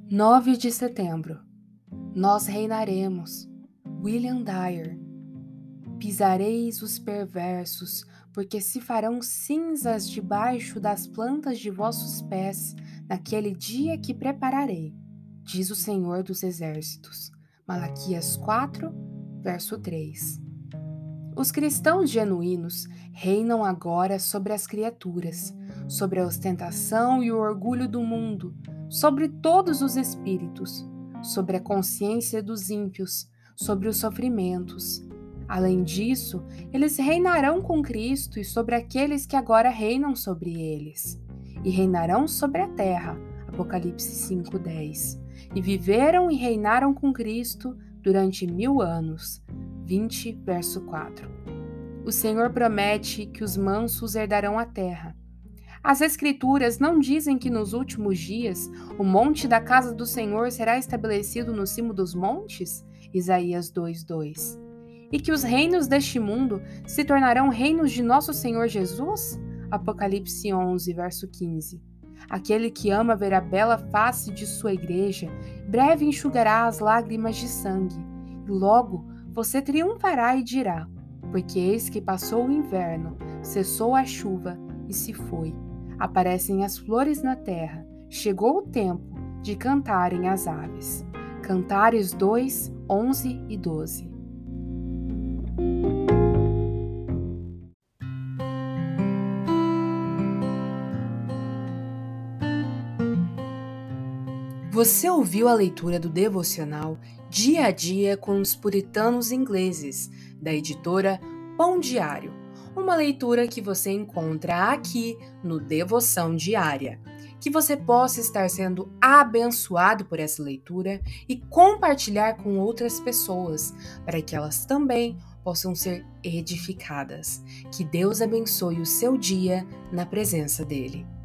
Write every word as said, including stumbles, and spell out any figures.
nove de setembro. Nós reinaremos. William Dyer. Pisareis os perversos, porque se farão cinzas debaixo das plantas de vossos pés, naquele dia que prepararei, diz o Senhor dos Exércitos. Malaquias quatro, verso três. Os cristãos genuínos reinam agora sobre as criaturas, sobre a ostentação e o orgulho do mundo, sobre todos os espíritos, sobre a consciência dos ímpios, sobre os sofrimentos. Além disso, eles reinarão com Cristo e sobre aqueles que agora reinam sobre eles. E reinarão sobre a terra, Apocalipse cinco, dez. E viveram e reinaram com Cristo durante mil anos, vinte, verso quatro. O Senhor promete que os mansos herdarão a terra. As Escrituras não dizem que nos últimos dias o monte da casa do Senhor será estabelecido no cimo dos montes? Isaías dois, dois. E que os reinos deste mundo se tornarão reinos de nosso Senhor Jesus? Apocalipse onze, verso quinze. Aquele que ama ver a bela face de sua igreja, breve enxugará as lágrimas de sangue, e logo você triunfará e dirá: porque eis que passou o inverno, cessou a chuva e se foi. Aparecem as flores na terra, chegou o tempo de cantarem as aves. Cantares dois, onze e doze. Você ouviu a leitura do devocional Dia a Dia com os Puritanos Ingleses, da editora Pão Diário, uma leitura que você encontra aqui no Devoção Diária. Que você possa estar sendo abençoado por essa leitura e compartilhar com outras pessoas, para que elas também possam ser edificadas. Que Deus abençoe o seu dia na presença dEle.